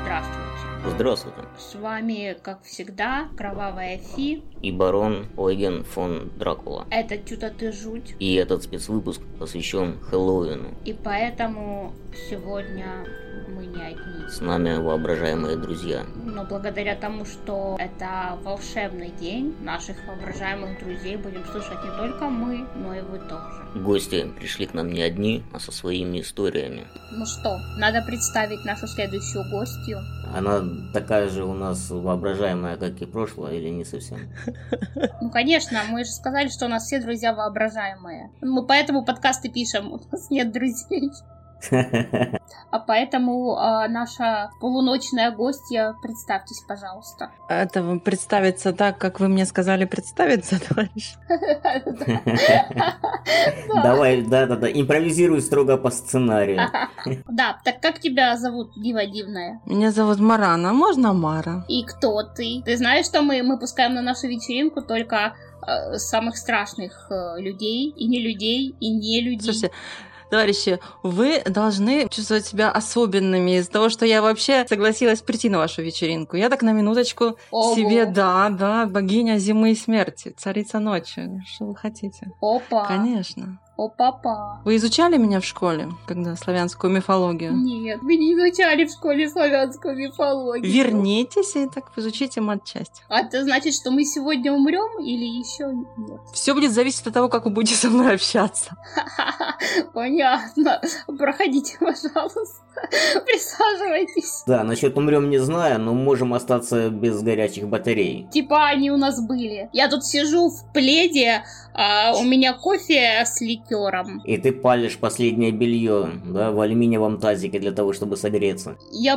Здравствуйте. Здравствуйте. С вами, как всегда, Кровавая Фи И барон Ойген фон Дракула. Это «Чудо ты жуть». И этот спецвыпуск посвящен Хэллоуину. И поэтому сегодня мы не одни. С нами воображаемые друзья. Но благодаря тому, что это волшебный день, наших воображаемых друзей будем слышать не только мы, но и вы тоже. Гости пришли к нам не одни, а со своими историями. Ну что, надо представить нашу следующую гостью. Она такая же у нас воображаемая, как и прошлое, или не совсем? Ну, конечно, мы же сказали, что у нас все друзья воображаемые. Мы поэтому подкасты пишем, у нас нет друзей. А поэтому наша полуночная гостья, представьтесь, пожалуйста. Это вам представиться так, как вы мне сказали представиться, товарищ? Давай, да, импровизируй строго по сценарию. Да, так как тебя зовут, Дива Дивная? Меня зовут Марана, можно Мара? И кто ты? Ты знаешь, что мы пускаем на нашу вечеринку только самых страшных людей, и не людей, и не людей. Слушайте, товарищи, вы должны чувствовать себя особенными из-за того, что я вообще согласилась прийти на вашу вечеринку. Я так на минуточку себе, да, богиня зимы и смерти, царица ночи. Что вы хотите? Опа! Конечно. О, папа. Вы изучали меня в школе, когда славянскую мифологию? Нет, мы не изучали в школе славянскую мифологию. Вернитесь и так изучите матчасть. А это значит, что мы сегодня умрем или еще нет? Все будет зависеть от того, как вы будете со мной общаться. Понятно. Проходите, пожалуйста. Присаживайтесь. Да, насчет умрем не знаю, но можем остаться без горячих батарей. Типа они у нас были. Я тут сижу в пледе, а у меня кофе с ликером. И ты палишь последнее белье, да, в алюминиевом тазике для того, чтобы согреться. Я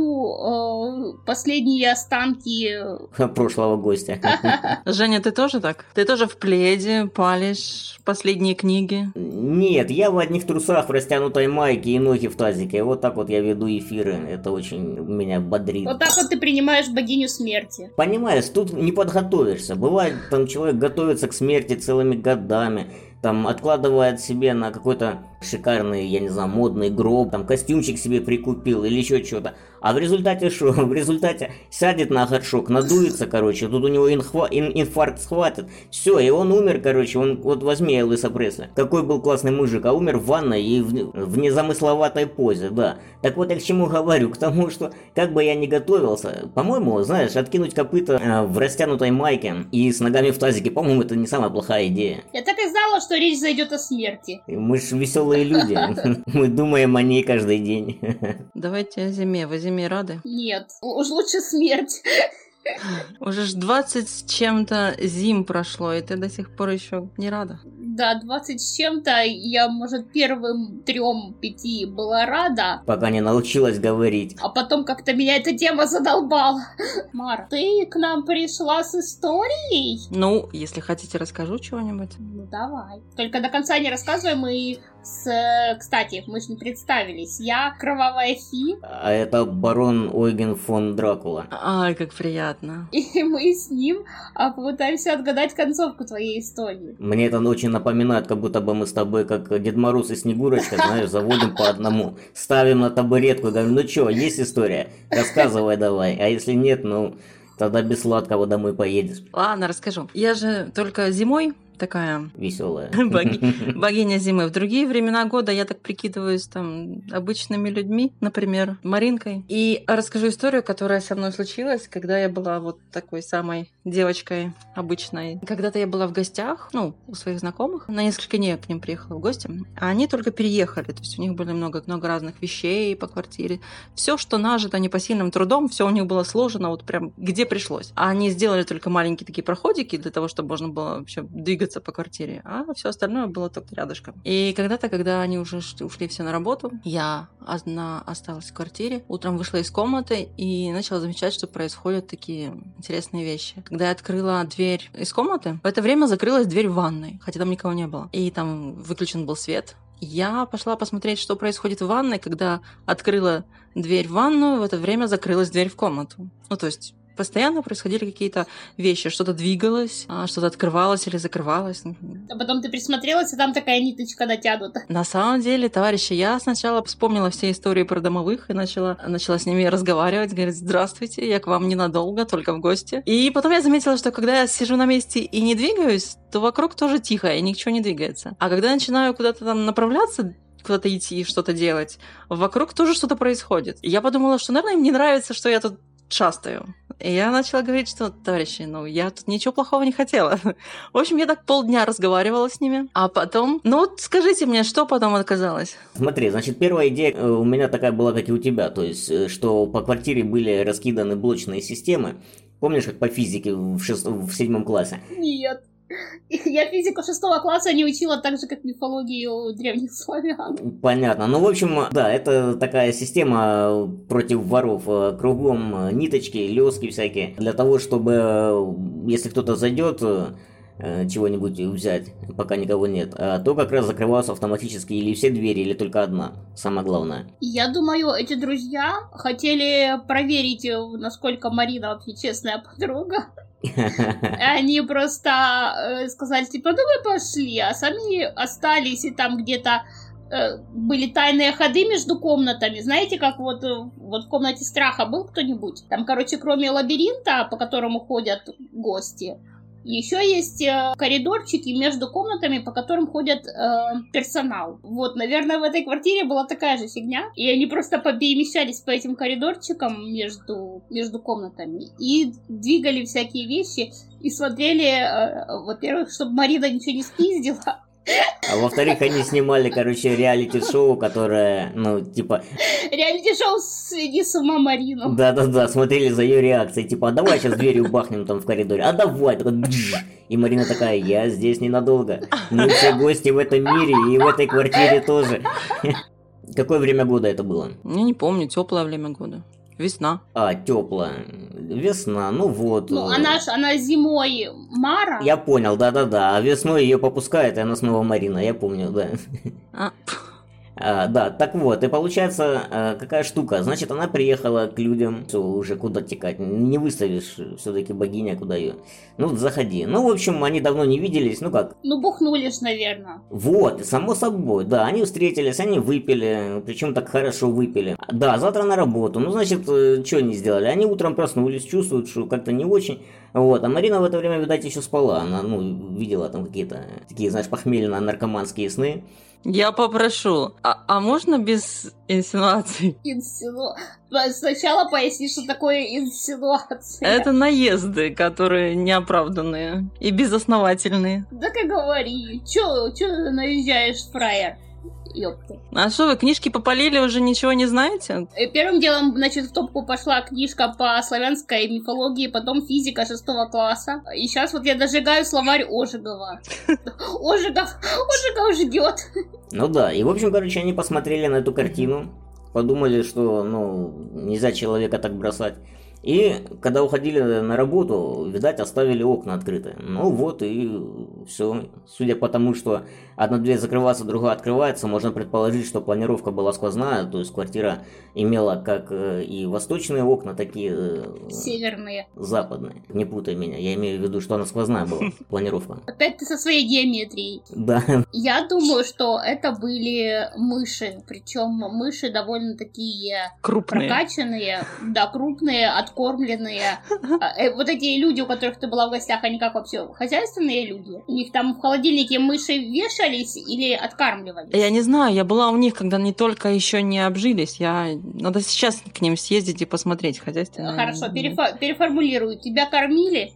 палю последние останки Прошлого гостя. Женя, ты тоже так? Ты тоже в пледе палишь последние книги? Нет, я в одних трусах, в растянутой майке и ноги в тазике. Вот так вот я веду эфиры. Это очень меня бодрит. Вот так вот ты принимаешь богиню смерти. Понимаешь, тут не подготовишься. Бывает, там человек готовится к смерти целыми годами. Там откладывает себе на какой-то шикарный, я не знаю, модный гроб, там костюмчик себе прикупил или еще что-то. А в результате что? В результате сядет на горшок, надуется, короче, тут у него инфаркт схватит. Все, и он умер, короче, он, вот возьми Элвиса Пресли. Какой был классный мужик, а умер в ванной и в незамысловатой позе, да. Так вот я к чему говорю, к тому, что как бы я ни готовился, по-моему, знаешь, откинуть копыта в растянутой майке и с ногами в тазике, по-моему, это не самая плохая идея. Я так и знала, что речь зайдет о смерти. Мы ж веселые люди, мы думаем о ней каждый день. Давайте о зиме. Вы зиме рады? Нет, уж лучше смерть. Уже ж 20 с чем-то зим прошло, и ты до сих пор еще не рада? Да, 20 с чем-то. Я, может, первым 3-5 была рада. Пока не научилась говорить. А потом как-то меня эта тема задолбала. Мара, ты к нам пришла с историей? Ну, если хотите, расскажу чего-нибудь. Ну, давай. Только до конца не рассказываем и Кстати, мы же не представились. Я Кровавая Фи. А это барон Ойген фон Дракула. Ай, как приятно. И мы с ним попытаемся отгадать концовку твоей истории. Мне это очень напоминает, как будто бы мы с тобой, как Дед Мороз и Снегурочка, знаешь, заводим по одному. Ставим на табуретку и говорим, ну чё, есть история? Рассказывай давай. А если нет, ну, тогда без сладкого домой поедешь. Ладно, расскажу. Я же только зимой такая веселая богиня зимы. В другие времена года я так прикидываюсь там обычными людьми, например, Маринкой. И расскажу историю, которая со мной случилась, когда я была вот такой самой девочкой обычной. Когда-то я была в гостях, ну, у своих знакомых. На несколько дней я к ним приехала в гости. А они только переехали. То есть у них были много разных вещей по квартире. Все, что нажито непосильным трудом, все у них было сложено вот прям где пришлось. А они сделали только маленькие такие проходики для того, чтобы можно было вообще двигаться по квартире, а все остальное было только рядышком. И когда-то, когда они уже ушли все на работу, я одна осталась в квартире, утром вышла из комнаты и начала замечать, что происходят такие интересные вещи. Когда я открыла дверь из комнаты, в это время закрылась дверь в ванной, хотя там никого не было. И там выключен был свет. Я пошла посмотреть, что происходит в ванной. Когда открыла дверь в ванную, в это время закрылась дверь в комнату. Ну, то есть постоянно происходили какие-то вещи, что-то двигалось, что-то открывалось или закрывалось. А потом ты присмотрелась, и там такая ниточка натянута. На самом деле, товарищи, я сначала вспомнила все истории про домовых и начала с ними разговаривать, говорить: здравствуйте, я к вам ненадолго, только в гости. И потом я заметила, что когда я сижу на месте и не двигаюсь, то вокруг тоже тихо, и ничего не двигается. А когда я начинаю куда-то там направляться, куда-то идти, что-то делать, вокруг тоже что-то происходит. И я подумала, что, наверное, им не нравится, что я тут шастаю. И я начала говорить, что, товарищи, я тут ничего плохого не хотела. В общем, я так полдня разговаривала с ними. А потом, скажите мне, что потом оказалось? Смотри, значит, первая идея у меня такая была, как и у тебя. То есть, что по квартире были раскиданы блочные системы. Помнишь, как по физике в 7 классе? Нет. Я физику 6 класса не учила так же, как мифологию древних славян. Понятно. В общем, да, это такая система против воров. Кругом ниточки, лёски всякие. Для того, чтобы, если кто-то зайдет чего-нибудь взять, пока никого нет, то как раз закрываются автоматически или все двери, или только одна. Самое главное. Я думаю, эти друзья хотели проверить, насколько Марина вообще честная подруга. Они просто сказали, типа, мы пошли, а сами остались, и там где-то были тайные ходы между комнатами. Знаете, как вот в комнате страха был кто-нибудь? Там, кроме лабиринта, по которому ходят гости, еще есть коридорчики между комнатами, по которым ходят персонал. Вот, наверное, в этой квартире была такая же фигня. И они просто перемещались по этим коридорчикам между комнатами и двигали всякие вещи. И смотрели, во-первых, чтобы Марина ничего не спиздила. А во-вторых, они снимали, реалити-шоу, которое, Реалити-шоу «Сведи с ума Марину». Да-да-да, смотрели за ее реакцией, а давай сейчас дверью бахнем там в коридоре, а давай, и Марина такая: я здесь ненадолго, мы все гости в этом мире и в этой квартире тоже. Какое время года это было? Я не помню, теплое время года. Весна. Теплая. Весна, она зимой Мара. Я понял, да-да-да. А весной ее попускает, и она снова Марина, я помню, да. Да, так вот, и получается, какая штука. Значит, она приехала к людям, все, уже куда текать, не выставишь, все-таки богиня, куда ее. Заходи. В общем, они давно не виделись, как? Бухнулись, наверное. Вот, само собой, да, они встретились, они выпили, причем так хорошо выпили. Да, завтра на работу, значит, что они сделали? Они утром проснулись, чувствуют, что как-то не очень. Вот, а Марина в это время, видать, еще спала. Она, видела там какие-то такие, знаешь, похмельно-наркоманские сны. Я попрошу, а можно без инсинуаций? Сначала поясни, что такое инсинуация. Это наезды, которые неоправданные и безосновательные. Так и говори. Чё ты наезжаешь, фраер? Ёпта. А что, вы книжки попалили, уже ничего не знаете? Первым делом, в топку пошла книжка по славянской мифологии, потом физика 6 класса. И сейчас я дожигаю словарь Ожегова. Ожегов жгет. Да, и в общем, они посмотрели на эту картину, подумали, что, нельзя человека так бросать. И когда уходили на работу, видать, оставили окна открыты. И все. Судя по тому, что одна дверь закрывается, другая открывается, можно предположить, что планировка была сквозная, то есть квартира имела как и восточные окна, так и северные. Западные. Не путай меня, я имею в виду, что она сквозная была, планировка. Опять ты со своей геометрией. Да. Я думаю, что это были мыши, причем мыши довольно такие крупные, прокачанные, да, крупные, откормленные. Вот эти люди, у которых ты была в гостях, они как вообще хозяйственные люди? У них там в холодильнике мыши вешались или откармливались? Я не знаю, я была у них, когда они только еще не обжились. Надо сейчас к ним съездить и посмотреть хозяйственные. Хорошо, переформулирую. Тебя кормили?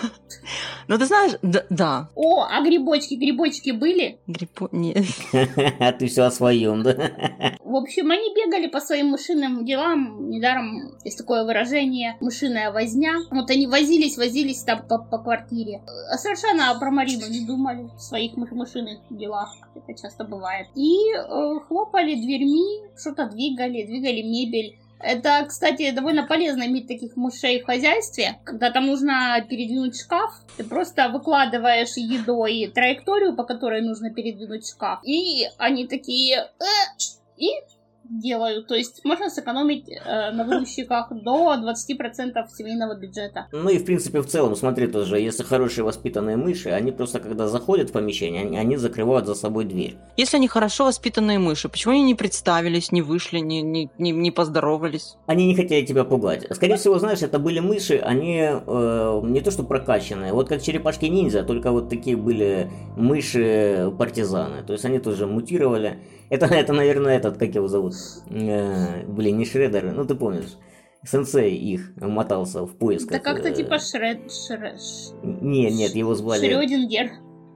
Ты знаешь, да. О, а грибочки были? Нет. А ты все о своем, да? В общем, они бегали по своим мышиным делам. Недаром есть такое выражение «мышиная возня». Они возились там по квартире. А совершенно про Марину не думали в своих мышиных делах. Это часто бывает. И хлопали дверьми, что-то двигали мебель. Это, кстати, довольно полезно иметь таких мышей в хозяйстве. Когда там нужно передвинуть шкаф, ты просто выкладываешь едой траекторию, по которой нужно передвинуть шкаф. И они такие... И делают. То есть можно сэкономить на выгрузчиках до 20% семейного бюджета. Ну и в принципе в целом, смотри тоже, если хорошие воспитанные мыши, они просто когда заходят в помещение, они закрывают за собой дверь. Если они хорошо воспитанные мыши, почему они не представились, не вышли, не поздоровались? Они не хотели тебя пугать. Скорее всего, знаешь, это были мыши, они не то что прокачанные, вот как черепашки-ниндзя, только вот такие были мыши-партизаны. То есть они тоже мутировали. Это, наверное, этот, как его зовут? Не Шреддер, ну ты помнишь. Сенсей их мотался в поисках. Да как-то типа Нет, его звали... Шрёдингер.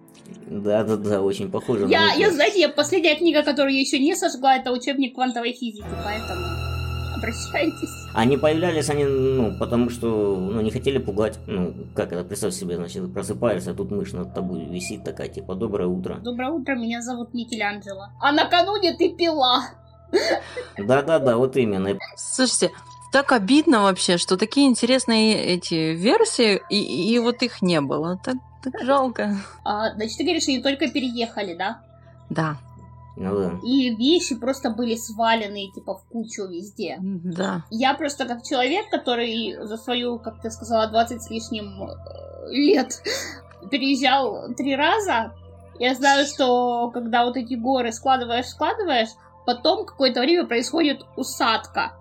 Да, очень похоже. Знаете, последняя книга, которую я еще не сожгла, это учебник квантовой физики, поэтому обращайтесь. Они появлялись, потому что, не хотели пугать. Как это, представь себе, значит, просыпаешься, а тут мышь над тобой висит такая, типа, доброе утро. Доброе утро, меня зовут Микеланджело. А накануне ты пила. Да, вот именно. Слушайте, так обидно вообще, что такие интересные эти версии, и вот их не было. Так жалко. Значит, ты говоришь, они только переехали, да? Да. Ну да. И вещи просто были свалены, типа, в кучу везде. Да. Я просто как человек, который за свою, как ты сказала, 20 с лишним лет переезжал 3 раза, я знаю, что когда вот эти горы складываешь, потом какое-то время происходит усадка.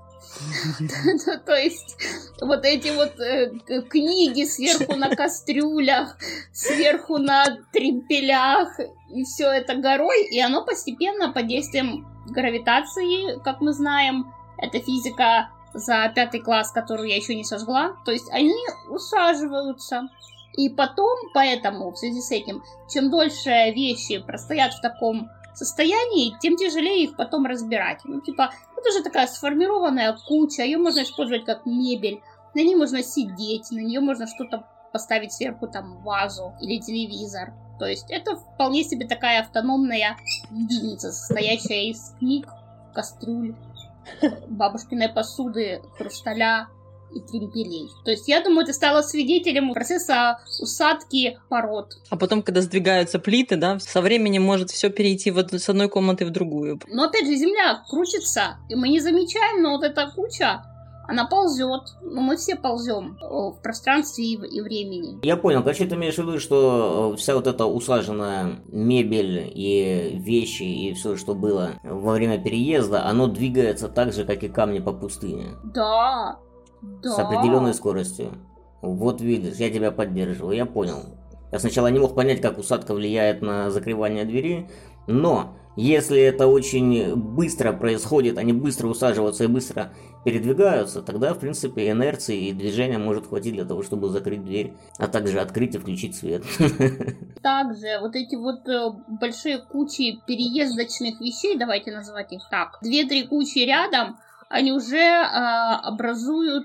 То есть вот эти вот книги сверху на кастрюлях, сверху на тремпелях, и все это горой, и оно постепенно под действием гравитации, как мы знаем, это физика за 5 класс, которую я еще не сожгла, то есть они усаживаются. И потом, поэтому, в связи с этим, чем дольше вещи простоят в таком состоянии, тем тяжелее их потом разбирать. Это уже такая сформированная куча, ее можно использовать как мебель, на ней можно сидеть, на нее можно что-то поставить сверху, там, вазу или телевизор. То есть это вполне себе такая автономная единица, состоящая из книг, кастрюль, бабушкиной посуды, хрусталя и тремпелей. То есть, я думаю, ты стала свидетелем процесса усадки пород. А потом, когда сдвигаются плиты, да, со временем может все перейти с одной комнаты в другую. Но опять же, земля крутится, и мы не замечаем, но вот эта куча, она ползет. Мы все ползем в пространстве и времени. Я понял. Короче, ты имеешь в виду, что вся вот эта усаженная мебель и вещи, и все, что было во время переезда, оно двигается так же, как и камни по пустыне. Да. С определенной скоростью. Вот видишь, я тебя поддерживаю, я понял. Я сначала не мог понять, как усадка влияет на закрывание двери, но если это очень быстро происходит, они быстро усаживаются и быстро передвигаются, тогда, в принципе, инерции и движения может хватить для того, чтобы закрыть дверь, а также открыть и включить свет. Также вот эти вот большие кучи переездочных вещей, давайте называть их так, 2-3 кучи рядом, они уже образуют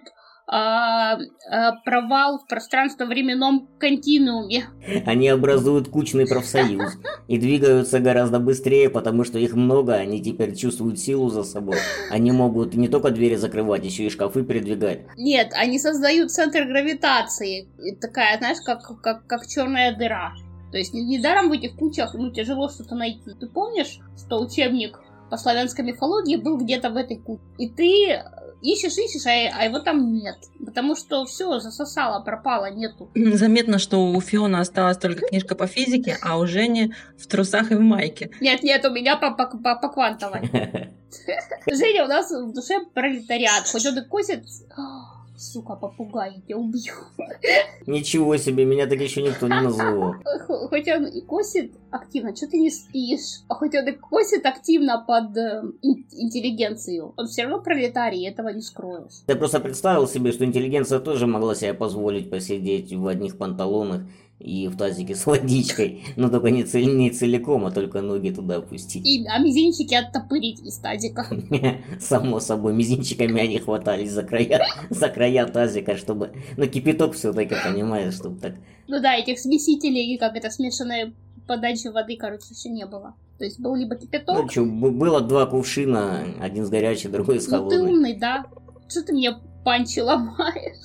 провал в пространство-временном континууме. Они образуют кучный профсоюз и двигаются гораздо быстрее, потому что их много, они теперь чувствуют силу за собой. Они могут не только двери закрывать, еще и шкафы передвигать. Нет, они создают центр гравитации. Такая, знаешь, как черная дыра. То есть недаром в этих кучах тяжело что-то найти. Ты помнишь, что учебник по славянской мифологии был где-то в этой куче? И ты ищешь, а его там нет. Потому что все засосало, пропало, нету. Заметно, что у Фиона осталась только книжка по физике, а у Жени в трусах и в майке. Нет, у меня по квантовой. Женя у нас в душе пролетариат. Хоть он и косит... Сука, попугай, я убью. Ничего себе, меня так еще никто не называл. Хоть он и косит активно, что ты не спишь? А хоть он и косит активно под интеллигенцию, он все равно пролетарий, этого не скроешь. Я просто представил себе, что интеллигенция тоже могла себе позволить посидеть в одних панталонах и в тазике с водичкой, но только не целиком, а только ноги туда опустить. А мизинчики оттопырить из тазика. Само собой, мизинчиками они хватались за края тазика, чтобы... Ну, кипяток все-таки, понимаешь, чтобы так... Ну да, этих смесителей, как это, смешанной подачи воды, короче, еще не было. То есть был либо кипяток... Ну что, было 2 кувшина, один с горячей, другой с холодной. Ну ты умный, да? Что ты мне панчи ломаешь?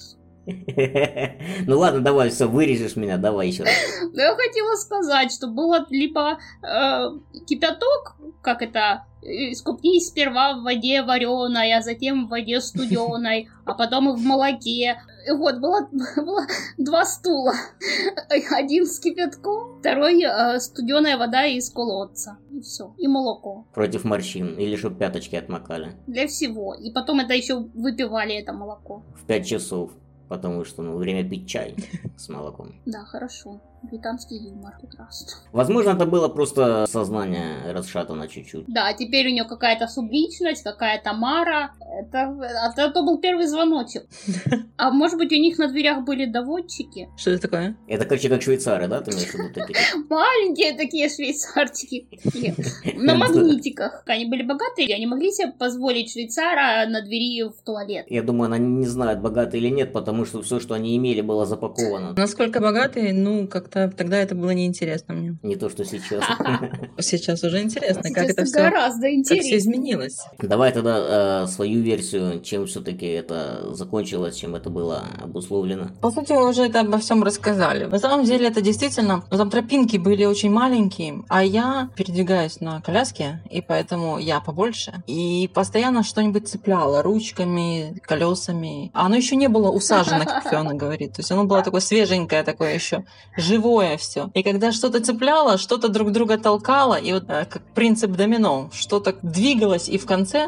Ну ладно, давай, все, вырежешь меня, давай еще раз. Но я хотела сказать, что было либо кипяток, как это, искупнись сперва в воде вареной, а затем в воде студеной, а потом и в молоке. И вот, было 2 стула. Один с кипятком, второй студеная вода из колодца. И все. И молоко. Против морщин, или чтоб пяточки отмокали. Для всего. И потом это еще выпивали, это молоко. В 5 часов. Потому что, время пить чай с молоком. Да, хорошо. Британский юмор прекрасно. Возможно, это было просто сознание расшатано чуть-чуть. Да, теперь у нее какая-то субличность, какая-то Мара. Это был первый звоночек. А может быть, у них на дверях были доводчики? Что это такое? Это, короче, как швейцары, да? Ты имеешь в виду такие? Маленькие такие швейцарчики. На магнитиках. Они были богатые, они могли себе позволить швейцара на двери в туалет. Я думаю, она не знает, богатые или нет, потому что все, что они имели, было запаковано. Насколько богатые, как-то тогда это было неинтересно мне. Не то, что сейчас. Сейчас уже интересно, Сейчас как это все гораздо интереснее. изменилось. Давай тогда свою версию, чем все-таки это закончилось, чем это было обусловлено. По сути, вы уже это обо всем рассказали. На самом деле, это действительно... Там тропинки были очень маленькие, а я передвигаюсь на коляске, и поэтому я побольше. И постоянно что-нибудь цепляло ручками, колесами. А оно еще не было усажено, как Фиона говорит. То есть оно было такое свеженькое, такое еще живое все. И когда что-то цепляло, что-то друг друга толкало, и вот как принцип домино, что-то двигалось, и в конце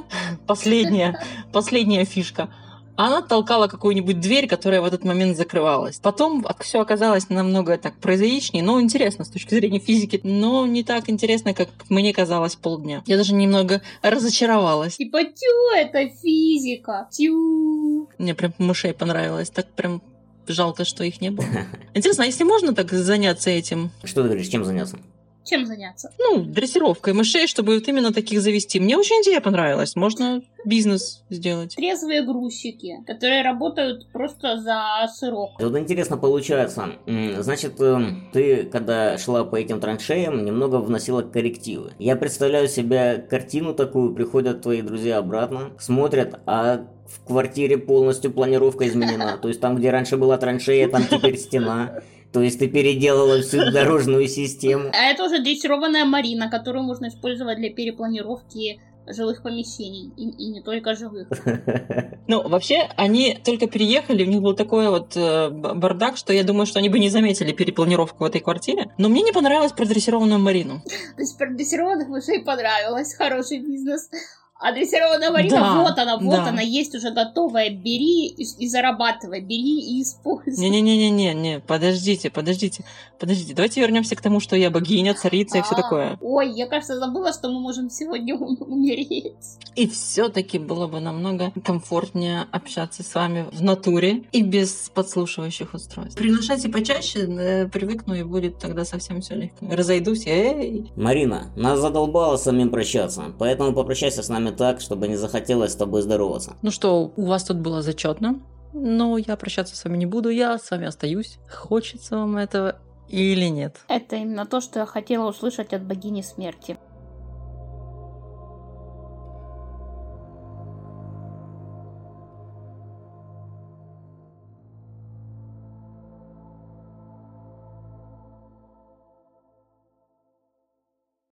последняя фишка, она толкала какую-нибудь дверь, которая в этот момент закрывалась. Потом все оказалось намного так прозаичнее, но интересно с точки зрения физики, но не так интересно, как мне казалось полдня. Я даже немного разочаровалась. Типа, это физика. Мне прям мышей понравилось, так прям жалко, что их не было. Интересно, а если можно так заняться этим? Что ты говоришь, чем заняться? Чем заняться? Дрессировкой мышей, чтобы вот именно таких завести. Мне очень идея понравилась. Можно бизнес сделать. Трезвые грузчики, которые работают просто за сырок. Вот интересно получается. Значит, ты, когда шла по этим траншеям, немного вносила коррективы. Я представляю себе картину такую, приходят твои друзья обратно, смотрят, а в квартире полностью планировка изменена. То есть там, где раньше была траншея, там теперь стена. То есть ты переделала всю дорожную систему. А это уже дрессированная Марина, которую можно использовать для перепланировки жилых помещений. И не только жилых. Вообще, они только переехали, у них был такой вот бардак, что я думаю, что они бы не заметили перепланировку в этой квартире. Но мне не понравилось продрессированную Марину. То есть продрессированных мышей понравилось. Хороший бизнес. А дрессированная Марина, да, вот она, есть уже готовая. Бери и зарабатывай, бери и используй. Не, подождите. Давайте вернемся к тому, что я богиня, царица и все такое. Ой, я, кажется, забыла, что мы можем сегодня умереть. И все-таки было бы намного комфортнее общаться с вами в натуре и без подслушивающих устройств. Приглашайте почаще, привыкну, и будет тогда совсем все легко. Разойдусь, Марина, нас задолбало самим прощаться, поэтому попрощайся с нами так, чтобы не захотелось с тобой здороваться. Ну что, у вас тут было зачетно, но я прощаться с вами не буду, я с вами остаюсь. Хочется вам этого или нет? Это именно то, что я хотела услышать от богини смерти.